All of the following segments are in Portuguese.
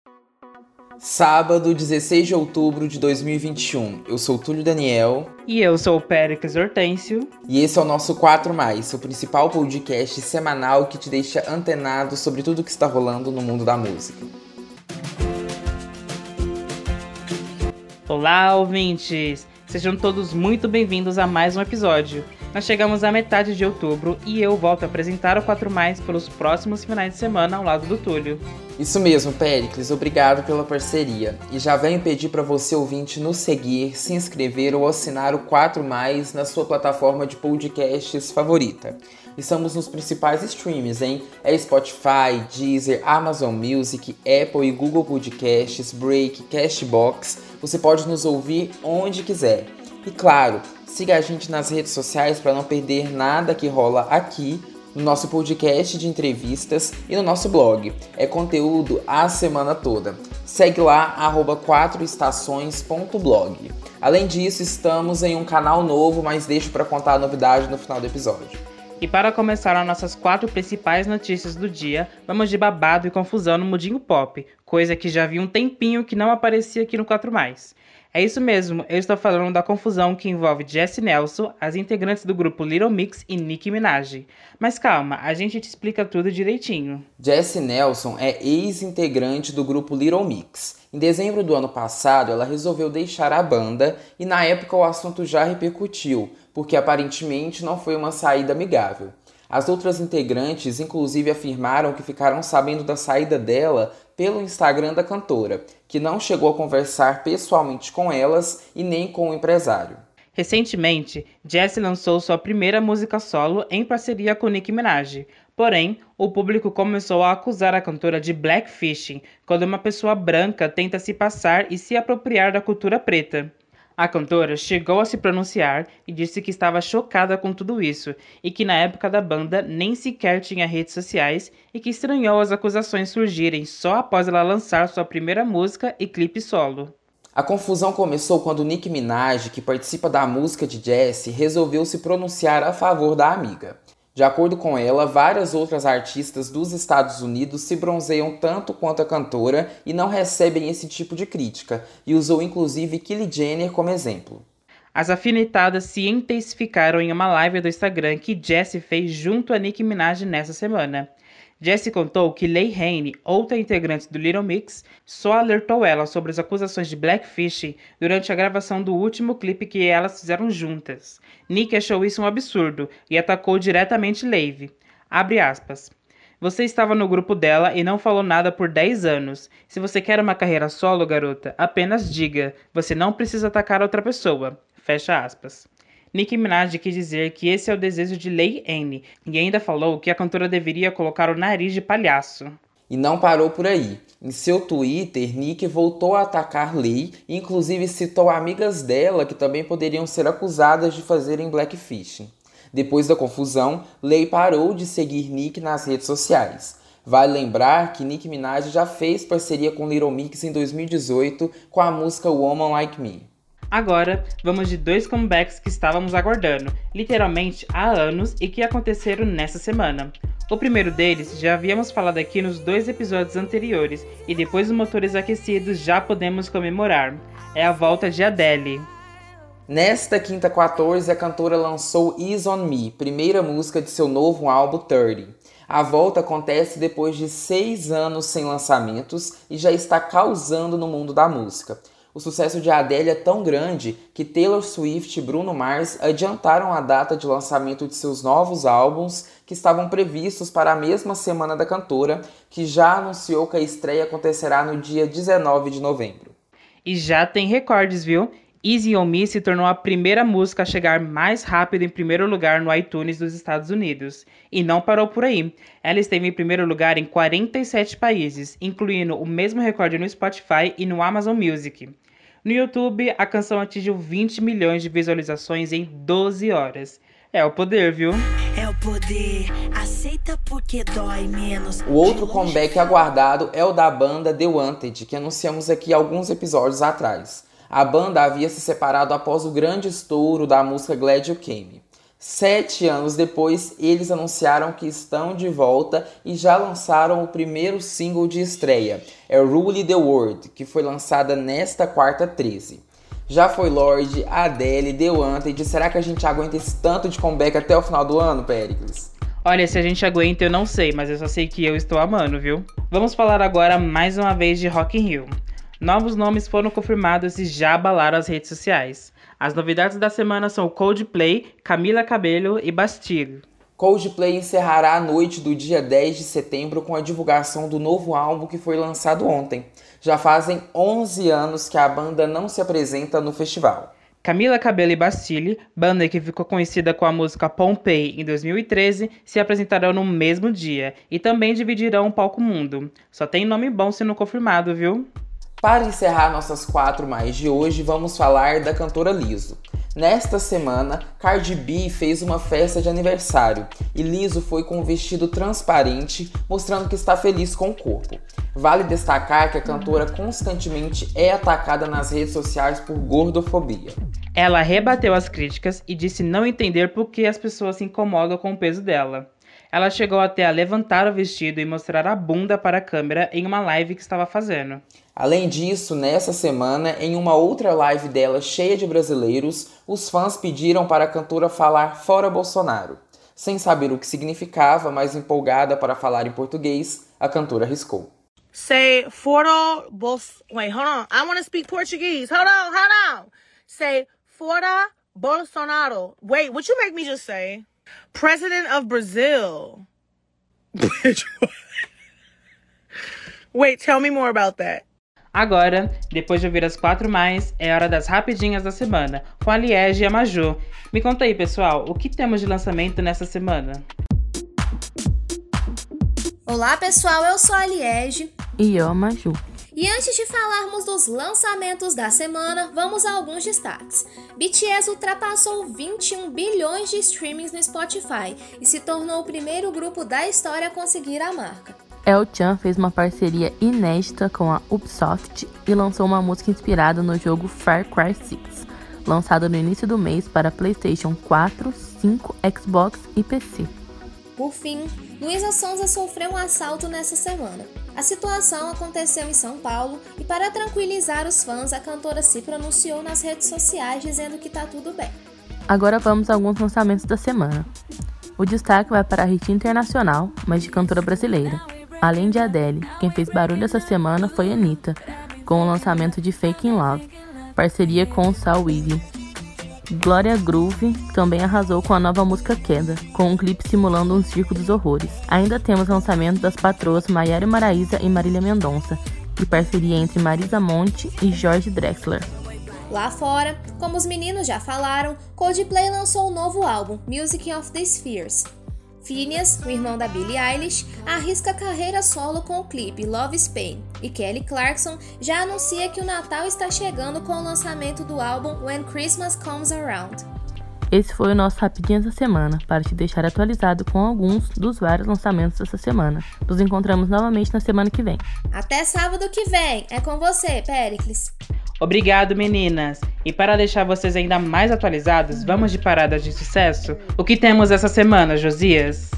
Sábado, 16 de outubro de 2021. Eu sou o Túlio Daniel. E eu sou o Péricles Hortêncio. E esse é o nosso 4+, o principal podcast semanal que te deixa antenado sobre tudo que está rolando no mundo da música. Olá, ouvintes! Sejam todos muito bem-vindos a mais um episódio. Nós chegamos à metade de outubro e eu volto a apresentar o 4+, pelos próximos finais de semana ao lado do Túlio. Isso mesmo, Péricles, obrigado pela parceria. E já venho pedir para você, ouvinte, nos seguir, se inscrever ou assinar o 4+, na sua plataforma de podcasts favorita. Estamos nos principais streams, hein? É Spotify, Deezer, Amazon Music, Apple e Google Podcasts, Break, Castbox. Você pode nos ouvir onde quiser. E claro, siga a gente nas redes sociais para não perder nada que rola aqui, no nosso podcast de entrevistas e no nosso blog. É conteúdo a semana toda. Segue lá, @4estações.blog. Além disso, estamos em um canal novo, mas deixo para contar a novidade no final do episódio. E para começar as nossas 4 principais notícias do dia, vamos de babado e confusão no mundinho pop, coisa que já vi um tempinho que não aparecia aqui no 4+. É isso mesmo, eu estou falando da confusão que envolve Jessie Nelson, as integrantes do grupo Little Mix e Nicki Minaj. Mas calma, a gente te explica tudo direitinho. Jessie Nelson é ex-integrante do grupo Little Mix. Em dezembro do ano passado, ela resolveu deixar a banda e na época o assunto já repercutiu, porque aparentemente não foi uma saída amigável. As outras integrantes inclusive afirmaram que ficaram sabendo da saída dela pelo Instagram da cantora, que não chegou a conversar pessoalmente com elas e nem com o empresário. Recentemente, Jessie lançou sua primeira música solo em parceria com Nicki Minaj. Porém, o público começou a acusar a cantora de blackfishing, quando uma pessoa branca tenta se passar e se apropriar da cultura preta. A cantora chegou a se pronunciar e disse que estava chocada com tudo isso e que na época da banda nem sequer tinha redes sociais e que estranhou as acusações surgirem só após ela lançar sua primeira música e clipe solo. A confusão começou quando Nicki Minaj, que participa da música de Jessie, resolveu se pronunciar a favor da amiga. De acordo com ela, várias outras artistas dos Estados Unidos se bronzeiam tanto quanto a cantora e não recebem esse tipo de crítica, e usou inclusive Kylie Jenner como exemplo. As afinitadas se intensificaram em uma live do Instagram que Jessie fez junto a Nicki Minaj nessa semana. Jessie contou que Lei Haine, outra integrante do Little Mix, só alertou ela sobre as acusações de blackfishing durante a gravação do último clipe que elas fizeram juntas. Nicki achou isso um absurdo e atacou diretamente Lave. Abre aspas. Você estava no grupo dela e não falou nada por 10 anos. Se você quer uma carreira solo, garota, apenas diga. Você não precisa atacar outra pessoa. Fecha aspas. Nicki Minaj quis dizer que esse é o desejo de Lei Haine e ainda falou que a cantora deveria colocar o nariz de palhaço. E não parou por aí. Em seu Twitter, Nicki voltou a atacar Lei e inclusive citou amigas dela que também poderiam ser acusadas de fazerem blackfishing. Depois da confusão, Lei parou de seguir Nicki nas redes sociais. Vale lembrar que Nicki Minaj já fez parceria com Little Mix em 2018 com a música Woman Like Me. Agora, vamos de 2 comebacks que estávamos aguardando, literalmente há anos e que aconteceram nessa semana. O primeiro deles já havíamos falado aqui nos 2 episódios anteriores e depois dos motores aquecidos já podemos comemorar. É a volta de Adele. Nesta quinta 14, a cantora lançou Ease On Me, primeira música de seu novo álbum 30. A volta acontece depois de 6 anos sem lançamentos e já está causando no mundo da música. O sucesso de Adele é tão grande que Taylor Swift e Bruno Mars adiantaram a data de lançamento de seus novos álbuns que estavam previstos para a mesma semana da cantora, que já anunciou que a estreia acontecerá no dia 19 de novembro. E já tem recordes, viu? Easy On Me se tornou a primeira música a chegar mais rápido em primeiro lugar no iTunes dos Estados Unidos. E não parou por aí. Ela esteve em primeiro lugar em 47 países, incluindo o mesmo recorde no Spotify e no Amazon Music. No YouTube, a canção atingiu 20 milhões de visualizações em 12 horas. É o poder, viu? É o poder, aceita porque dói menos. O outro comeback aguardado é o da banda The Wanted, que anunciamos aqui alguns episódios atrás. A banda havia se separado após o grande estouro da música Glad You Came. 7 anos depois, eles anunciaram que estão de volta e já lançaram o primeiro single de estreia, é Rule the World, que foi lançada nesta quarta 13. Já foi Lorde, Adele, The Wanted. Será que a gente aguenta esse tanto de comeback até o final do ano, Péricles? Olha, se a gente aguenta eu não sei, mas eu só sei que eu estou amando, viu? Vamos falar agora mais uma vez de Rock in Rio. Novos nomes foram confirmados e já abalaram as redes sociais. As novidades da semana são Coldplay, Camila Cabello e Bastille. Coldplay encerrará a noite do dia 10 de setembro com a divulgação do novo álbum que foi lançado ontem. Já fazem 11 anos que a banda não se apresenta no festival. Camila Cabello e Bastille, banda que ficou conhecida com a música Pompeii em 2013, se apresentarão no mesmo dia e também dividirão o palco mundo. Só tem nome bom sendo confirmado, viu? Para encerrar nossas 4 mais de hoje, vamos falar da cantora Lizzo. Nesta semana, Cardi B fez uma festa de aniversário e Lizzo foi com um vestido transparente, mostrando que está feliz com o corpo. Vale destacar que a cantora constantemente é atacada nas redes sociais por gordofobia. Ela rebateu as críticas e disse não entender por que as pessoas se incomodam com o peso dela. Ela chegou até a levantar o vestido e mostrar a bunda para a câmera em uma live que estava fazendo. Além disso, nessa semana, em uma outra live dela cheia de brasileiros, os fãs pediram para a cantora falar fora Bolsonaro. Sem saber o que significava, mas empolgada para falar em português, a cantora arriscou. Say fora Wait, hold on. I want to speak Portuguese. Hold on. Say fora Bolsonaro. Wait, what you make me just say? President of Brazil. Wait, tell me more about that. Agora, depois de ouvir as 4 mais, é hora das rapidinhas da semana, com a Liege e a Maju. Me conta aí, pessoal, o que temos de lançamento nessa semana? Olá, pessoal, eu sou a Liege. E eu, a Maju. E antes de falarmos dos lançamentos da semana, vamos a alguns destaques. BTS ultrapassou 21 bilhões de streamings no Spotify e se tornou o primeiro grupo da história a conseguir a marca. El-chan fez uma parceria inédita com a Ubisoft e lançou uma música inspirada no jogo Far Cry 6, lançado no início do mês para PlayStation 4, 5, Xbox e PC. Por fim, Luísa Sonza sofreu um assalto nessa semana. A situação aconteceu em São Paulo e, para tranquilizar os fãs, a cantora se pronunciou nas redes sociais dizendo que tá tudo bem. Agora vamos a alguns lançamentos da semana. O destaque vai para a hit internacional, mas de cantora brasileira. Além de Adele, quem fez barulho essa semana foi Anitta, com o lançamento de Fake in Love, parceria com o Saul Weaving. Glória Groove também arrasou com a nova música Queda, com um clipe simulando um circo dos horrores. Ainda temos lançamento das patroas Maiara Maraíza e Marília Mendonça, e parceria entre Marisa Monte e Jorge Drexler. Lá fora, como os meninos já falaram, Coldplay lançou um novo álbum, Music of the Spheres. Phineas, o irmão da Billie Eilish, arrisca carreira solo com o clipe Love is Pain, e Kelly Clarkson já anuncia que o Natal está chegando com o lançamento do álbum When Christmas Comes Around. Esse foi o nosso Rapidinhas da Semana, para te deixar atualizado com alguns dos vários lançamentos dessa semana. Nos encontramos novamente na semana que vem. Até sábado que vem, é com você, Péricles. Obrigado, meninas! E para deixar vocês ainda mais atualizados, vamos de paradas de sucesso? O que temos essa semana, Josias?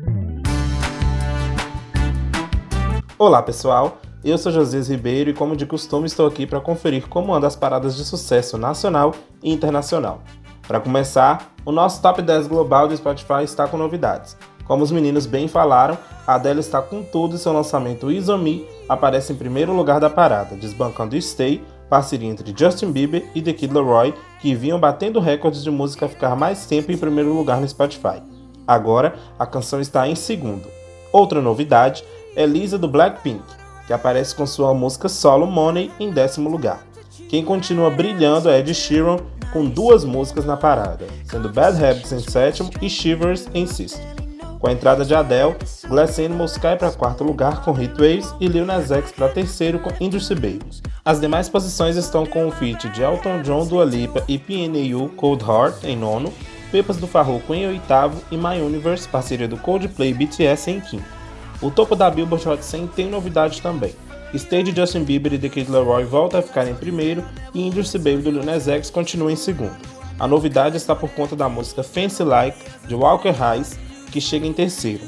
Olá, pessoal! Eu sou Josias Ribeiro e, como de costume, estou aqui para conferir como andam as paradas de sucesso nacional e internacional. Para começar, o nosso Top 10 global do Spotify está com novidades. Como os meninos bem falaram, a Adele está com tudo e seu lançamento Is On Me aparece em primeiro lugar da parada, desbancando Stay, parceria entre Justin Bieber e The Kid Laroi, que vinham batendo recordes de música a ficar mais tempo em primeiro lugar no Spotify. Agora, a canção está em segundo. Outra novidade é Lisa do Blackpink, que aparece com sua música solo Money em 10º lugar. Quem continua brilhando é Ed Sheeran, com 2 músicas na parada, sendo Bad Habits em 7º e Shivers em 6º. Com a entrada de Adele, Glass Animals cai para 4º lugar com Heatwaves e Lil Nas X para 3º com Industry Baby. As demais posições estão com o feat de Elton John, Dua Lipa e PNAU Cold Heart em 9º, Pepas do Farruko em 8º e My Universe, parceria do Coldplay e BTS em 5º. O topo da Billboard Hot 100 tem novidade também. Stay de Justin Bieber e The Kid Laroi volta a ficar em primeiro e Industry Baby do Lil Nas X continua em segundo. A novidade está por conta da música Fancy Like, de Walker Hayes, que chega em terceiro.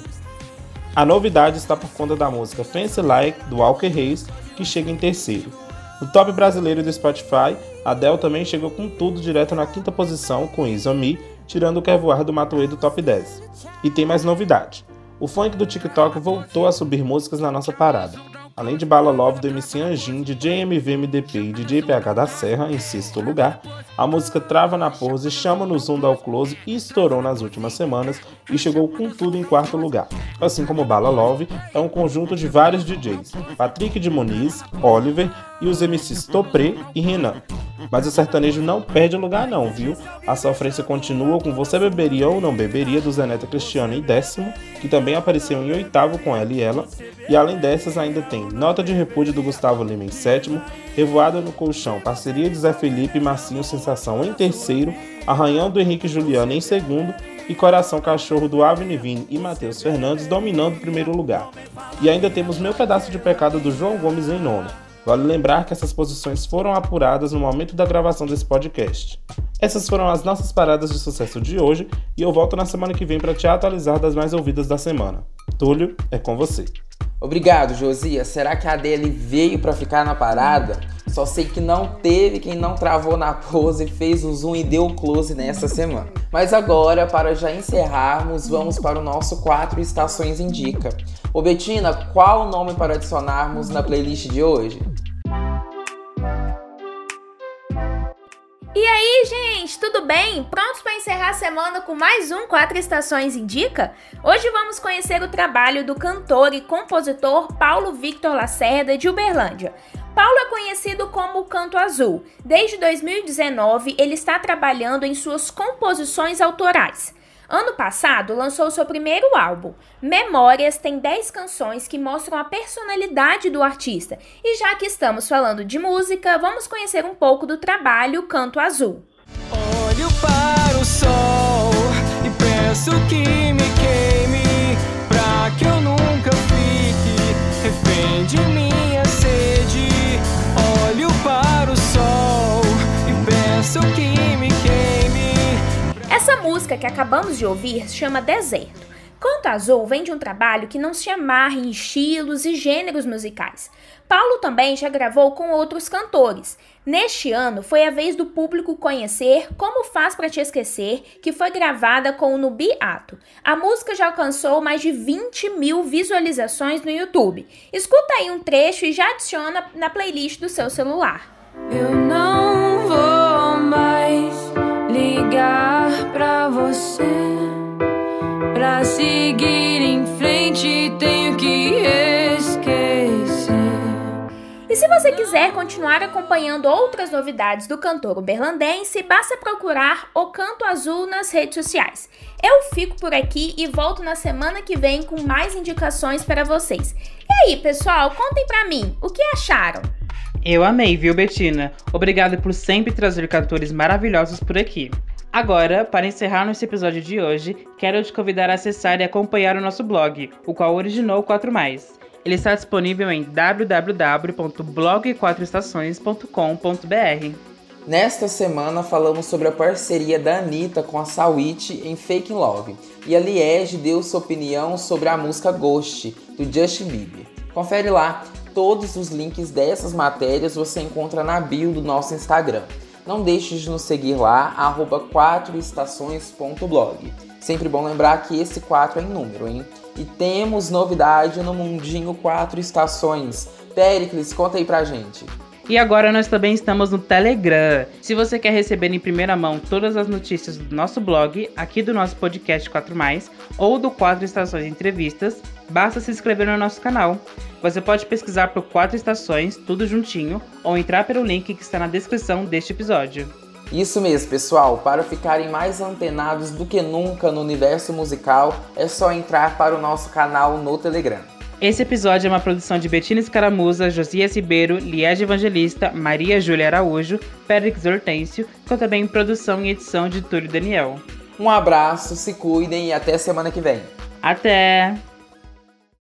No top brasileiro do Spotify, Adele também chegou com tudo direto na quinta posição com Easy On Me, tirando o Quer Voar do Matuê do top 10. E tem mais novidade. O funk do TikTok voltou a subir músicas na nossa parada. Além de Bala Love do MC Anjin, DJ MV MDP e DJ PH da Serra, em sexto lugar, a música Trava na Pose, Chama no Zoom da All Close e estourou nas últimas semanas e chegou com tudo em quarto lugar. Assim como Bala Love, é um conjunto de vários DJs, Patrick de Muniz, Oliver e os MCs Topré e Renan. Mas o sertanejo não perde lugar não, viu? A sofrência continua com Você Beberia ou Não Beberia, do Zé Neto Cristiano em décimo, que também apareceu em oitavo com Ela e Ela, e além dessas ainda tem Nota de Repúdio do Gustavo Lima em sétimo, Revoada no Colchão, parceria de Zé Felipe e Marcinho Sensação em terceiro, Arranhão do Henrique Juliano em segundo e Coração Cachorro do Avni e Matheus Fernandes dominando o primeiro lugar. E ainda temos Meu Pedaço de Pecado do João Gomes em nono. Vale lembrar que essas posições foram apuradas no momento da gravação desse podcast. Essas foram as nossas paradas de sucesso de hoje e eu volto na semana que vem para te atualizar das mais ouvidas da semana. Túlio, é com você. Obrigado, Josias. Será que a Adele veio pra ficar na parada? Só sei que não teve quem não travou na pose, fez o zoom e deu o close nessa semana. Mas agora, para já encerrarmos, vamos para o nosso 4 Estações Indica. Ô Betina, qual o nome para adicionarmos na playlist de hoje? E aí, gente, tudo bem? Prontos para encerrar a semana com mais um 4 Estações Indica? Hoje vamos conhecer o trabalho do cantor e compositor Paulo Victor Lacerda, de Uberlândia. Paulo é conhecido como Canto Azul. Desde 2019, ele está trabalhando em suas composições autorais. Ano passado, lançou seu primeiro álbum. Memórias tem 10 canções que mostram a personalidade do artista. E já que estamos falando de música, vamos conhecer um pouco do trabalho Canto Azul. Olho para o sol e peço que me queime, pra que eu nunca fique refém de minha sede. Olho para o sol e peço que me queime. Essa música que acabamos de ouvir se chama Deserto. Canto Azul vem de um trabalho que não se amarra em estilos e gêneros musicais. Paulo também já gravou com outros cantores. Neste ano, foi a vez do público conhecer Como Faz Pra Te Esquecer, que foi gravada com o Nubi Ato. A música já alcançou mais de 20 mil visualizações no YouTube. Escuta aí um trecho e já adiciona na playlist do seu celular. Eu não vou mais ligar pra você. Pra seguir em frente tenho que esquecer. E se você quiser continuar acompanhando outras novidades do cantor uberlandense, basta procurar o Canto Azul nas redes sociais. Eu fico por aqui e volto na semana que vem com mais indicações para vocês. E aí, pessoal, contem pra mim, o que acharam? Eu amei, viu, Betina? Obrigado por sempre trazer cantores maravilhosos por aqui. Agora, para encerrar nosso episódio de hoje, quero te convidar a acessar e acompanhar o nosso blog, o qual originou o 4+. Ele está disponível em www.blog4estações.com.br. Nesta semana falamos sobre a parceria da Anitta com a Saweetie em Fake Love. E a Liege deu sua opinião sobre a música Ghost, do Justin Bieber. Confere lá, todos os links dessas matérias você encontra na bio do nosso Instagram. Não deixe de nos seguir lá, @4estações.blog. Sempre bom lembrar que esse 4 é em número, hein? E temos novidade no Mundinho 4 Estações. Péricles, conta aí pra gente. E agora nós também estamos no Telegram. Se você quer receber em primeira mão todas as notícias do nosso blog, aqui do nosso podcast 4+, ou do 4 Estações Entrevistas, basta se inscrever no nosso canal. Você pode pesquisar por 4 Estações, tudo juntinho, ou entrar pelo link que está na descrição deste episódio. Isso mesmo, pessoal. Para ficarem mais antenados do que nunca no universo musical, é só entrar para o nosso canal no Telegram. Esse episódio é uma produção de Betina Escaramuza, Josias Ribeiro, Liege Evangelista, Maria Júlia Araújo, Périx Hortêncio, com também produção e edição de Túlio Daniel. Um abraço, se cuidem e até semana que vem. Até!